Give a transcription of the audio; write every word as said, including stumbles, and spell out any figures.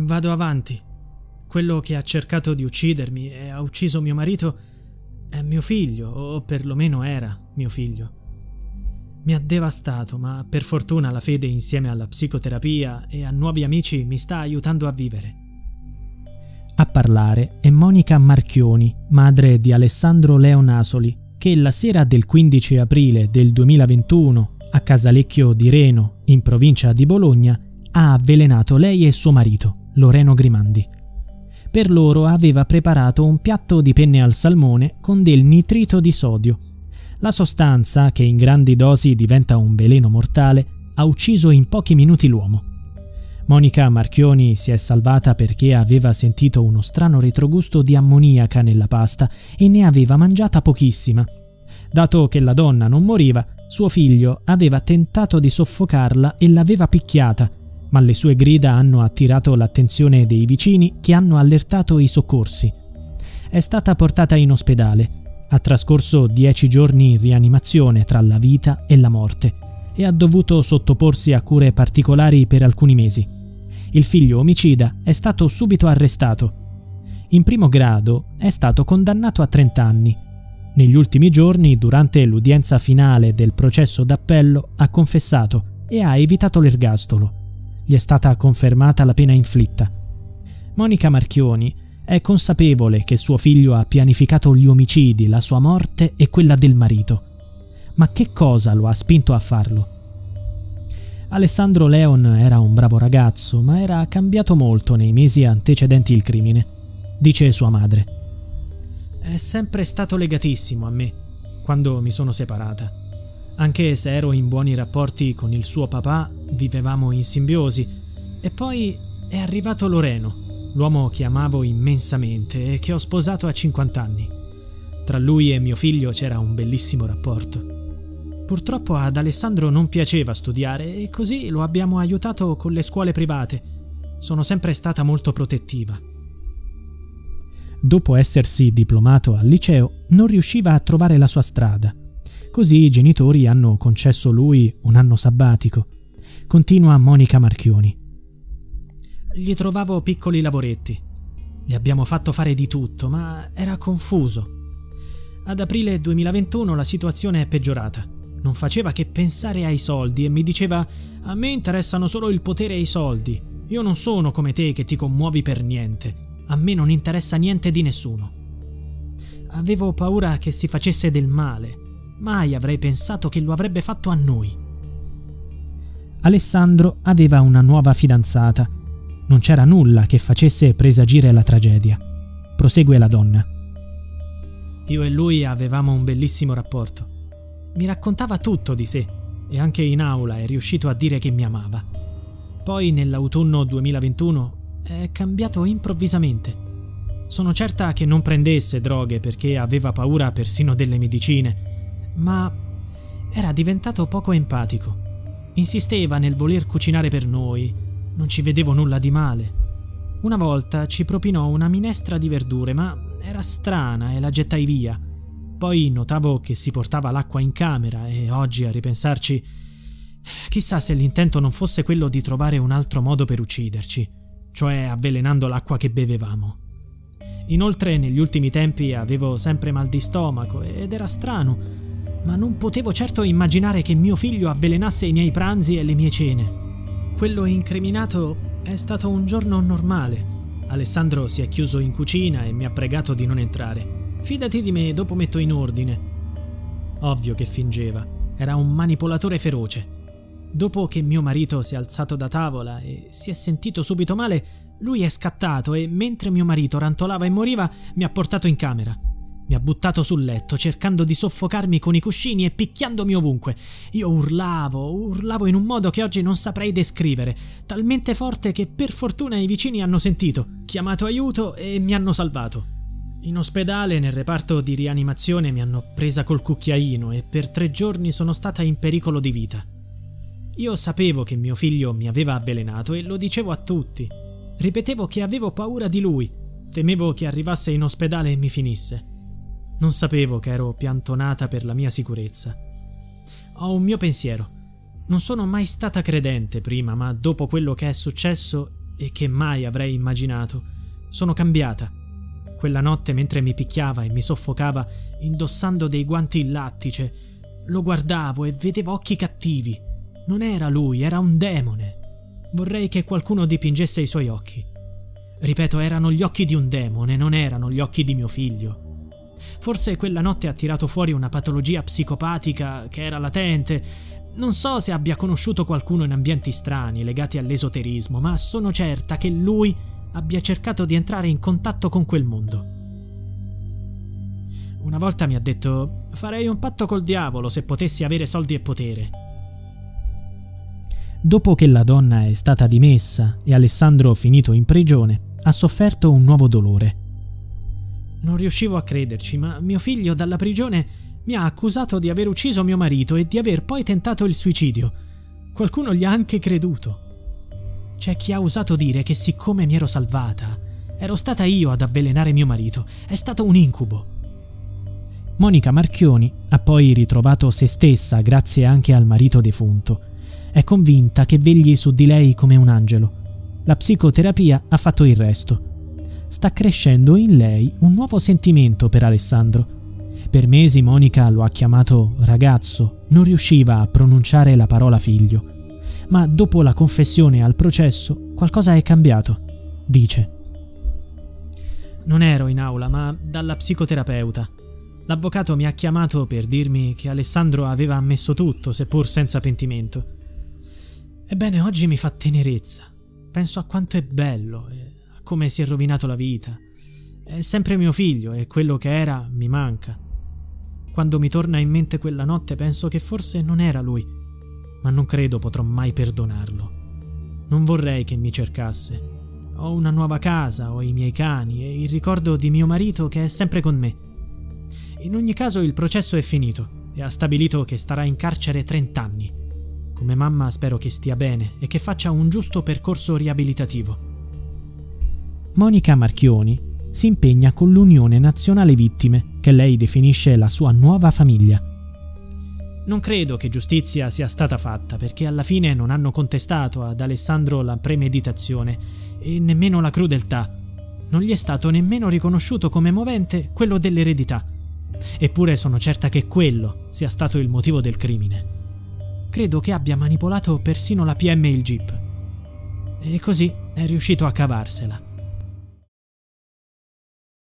Vado avanti. Quello che ha cercato di uccidermi e ha ucciso mio marito è mio figlio, o perlomeno era mio figlio. Mi ha devastato, ma per fortuna la fede insieme alla psicoterapia e a nuovi amici mi sta aiutando a vivere. A parlare è Monica Marchioni, madre di Alessandro Leonasoli, che la sera del quindici aprile del duemilaventuno, a Casalecchio di Reno, in provincia di Bologna, ha avvelenato lei e suo marito, Loreno Grimandi. Per loro aveva preparato un piatto di penne al salmone con del nitrito di sodio. La sostanza, che in grandi dosi diventa un veleno mortale, ha ucciso in pochi minuti l'uomo. Monica Marchioni si è salvata perché aveva sentito uno strano retrogusto di ammoniaca nella pasta e ne aveva mangiata pochissima. Dato che la donna non moriva, suo figlio aveva tentato di soffocarla e l'aveva picchiata, ma le sue grida hanno attirato l'attenzione dei vicini che hanno allertato i soccorsi. È stata portata in ospedale. Ha trascorso dieci giorni in rianimazione tra la vita e la morte e ha dovuto sottoporsi a cure particolari per alcuni mesi. Il figlio omicida è stato subito arrestato. In primo grado è stato condannato a trenta anni. Negli ultimi giorni, durante l'udienza finale del processo d'appello, ha confessato e ha evitato l'ergastolo. Gli è stata confermata la pena inflitta. Monica Marchioni è consapevole che suo figlio ha pianificato gli omicidi, la sua morte e quella del marito. Ma che cosa lo ha spinto a farlo? Alessandro Leon era un bravo ragazzo, ma era cambiato molto nei mesi antecedenti il crimine, dice sua madre. È sempre stato legatissimo a me, quando mi sono separata. Anche se ero in buoni rapporti con il suo papà, vivevamo in simbiosi. E poi è arrivato Loreno, l'uomo che amavo immensamente e che ho sposato a cinquanta anni. Tra lui e mio figlio c'era un bellissimo rapporto. Purtroppo ad Alessandro non piaceva studiare e così lo abbiamo aiutato con le scuole private. Sono sempre stata molto protettiva. Dopo essersi diplomato al liceo, non riusciva a trovare la sua strada. Così i genitori hanno concesso lui un anno sabbatico. Continua Monica Marchioni. Gli trovavo piccoli lavoretti. Gli abbiamo fatto fare di tutto, ma era confuso. Ad aprile duemilaventuno la situazione è peggiorata. Non faceva che pensare ai soldi e mi diceva: a me interessano solo il potere e i soldi. Io non sono come te che ti commuovi per niente. A me non interessa niente di nessuno. Avevo paura che si facesse del male. Mai avrei pensato che lo avrebbe fatto a noi. Alessandro aveva una nuova fidanzata. Non c'era nulla che facesse presagire la tragedia. Prosegue la donna. Io e lui avevamo un bellissimo rapporto. Mi raccontava tutto di sé e anche in aula è riuscito a dire che mi amava. Poi nell'autunno duemilaventuno è cambiato improvvisamente. Sono certa che non prendesse droghe perché aveva paura persino delle medicine, ma era diventato poco empatico. Insisteva nel voler cucinare per noi. Non ci vedevo nulla di male. Una volta ci propinò una minestra di verdure, ma era strana e la gettai via. Poi notavo che si portava l'acqua in camera e oggi, a ripensarci, chissà se l'intento non fosse quello di trovare un altro modo per ucciderci, cioè avvelenando l'acqua che bevevamo. Inoltre, negli ultimi tempi avevo sempre mal di stomaco ed era strano, ma non potevo certo immaginare che mio figlio avvelenasse i miei pranzi e le mie cene. Quello incriminato è stato un giorno normale. Alessandro si è chiuso in cucina e mi ha pregato di non entrare. Fidati di me, dopo metto in ordine. Ovvio che fingeva. Era un manipolatore feroce. Dopo che mio marito si è alzato da tavola e si è sentito subito male, lui è scattato e, mentre mio marito rantolava e moriva, mi ha portato in camera. Mi ha buttato sul letto, cercando di soffocarmi con i cuscini e picchiandomi ovunque. Io urlavo, urlavo in un modo che oggi non saprei descrivere, talmente forte che per fortuna i vicini hanno sentito, chiamato aiuto e mi hanno salvato. In ospedale, nel reparto di rianimazione, mi hanno presa col cucchiaino e per tre giorni sono stata in pericolo di vita. Io sapevo che mio figlio mi aveva avvelenato e lo dicevo a tutti. Ripetevo che avevo paura di lui, temevo che arrivasse in ospedale e mi finisse. Non sapevo che ero piantonata per la mia sicurezza. Ho un mio pensiero. Non sono mai stata credente prima, ma dopo quello che è successo, e che mai avrei immaginato. Sono cambiata. Quella notte, mentre mi picchiava e mi soffocava indossando dei guanti in lattice, lo guardavo e vedevo occhi cattivi. Non era lui, era un demone. Vorrei che qualcuno dipingesse i suoi occhi. Ripeto, erano gli occhi di un demone, non erano gli occhi di mio figlio. Forse quella notte ha tirato fuori una patologia psicopatica che era latente. Non so se abbia conosciuto qualcuno in ambienti strani legati all'esoterismo, ma sono certa che lui abbia cercato di entrare in contatto con quel mondo. Una volta mi ha detto: farei un patto col diavolo se potessi avere soldi e potere. Dopo che la donna è stata dimessa e Alessandro finito in prigione, ha sofferto un nuovo dolore. Non riuscivo a crederci, ma mio figlio dalla prigione mi ha accusato di aver ucciso mio marito e di aver poi tentato il suicidio. Qualcuno gli ha anche creduto. C'è chi ha osato dire che siccome mi ero salvata, ero stata io ad avvelenare mio marito. È stato un incubo. Monica Marchioni ha poi ritrovato se stessa grazie anche al marito defunto. È convinta che vegli su di lei come un angelo. La psicoterapia ha fatto il resto. Sta crescendo in lei un nuovo sentimento per Alessandro. Per mesi Monica lo ha chiamato ragazzo, non riusciva a pronunciare la parola figlio. Ma dopo la confessione al processo qualcosa è cambiato, dice. Non ero in aula, ma dalla psicoterapeuta. L'avvocato mi ha chiamato per dirmi che Alessandro aveva ammesso tutto, seppur senza pentimento. Ebbene, oggi mi fa tenerezza. Penso a quanto è bello e a come si è rovinato la vita. È sempre mio figlio e quello che era mi manca. Quando mi torna in mente quella notte penso che forse non era lui, ma non credo potrò mai perdonarlo. Non vorrei che mi cercasse. Ho una nuova casa, ho i miei cani e il ricordo di mio marito che è sempre con me. In ogni caso il processo è finito e ha stabilito che starà in carcere trent'anni. Come mamma spero che stia bene e che faccia un giusto percorso riabilitativo. Monica Marchioni si impegna con l'Unione Nazionale Vittime, che lei definisce la sua nuova famiglia. Non credo che giustizia sia stata fatta, perché alla fine non hanno contestato ad Alessandro la premeditazione e nemmeno la crudeltà. Non gli è stato nemmeno riconosciuto come movente quello dell'eredità. Eppure sono certa che quello sia stato il motivo del crimine. Credo che abbia manipolato persino la P M e il G I P. E così è riuscito a cavarsela.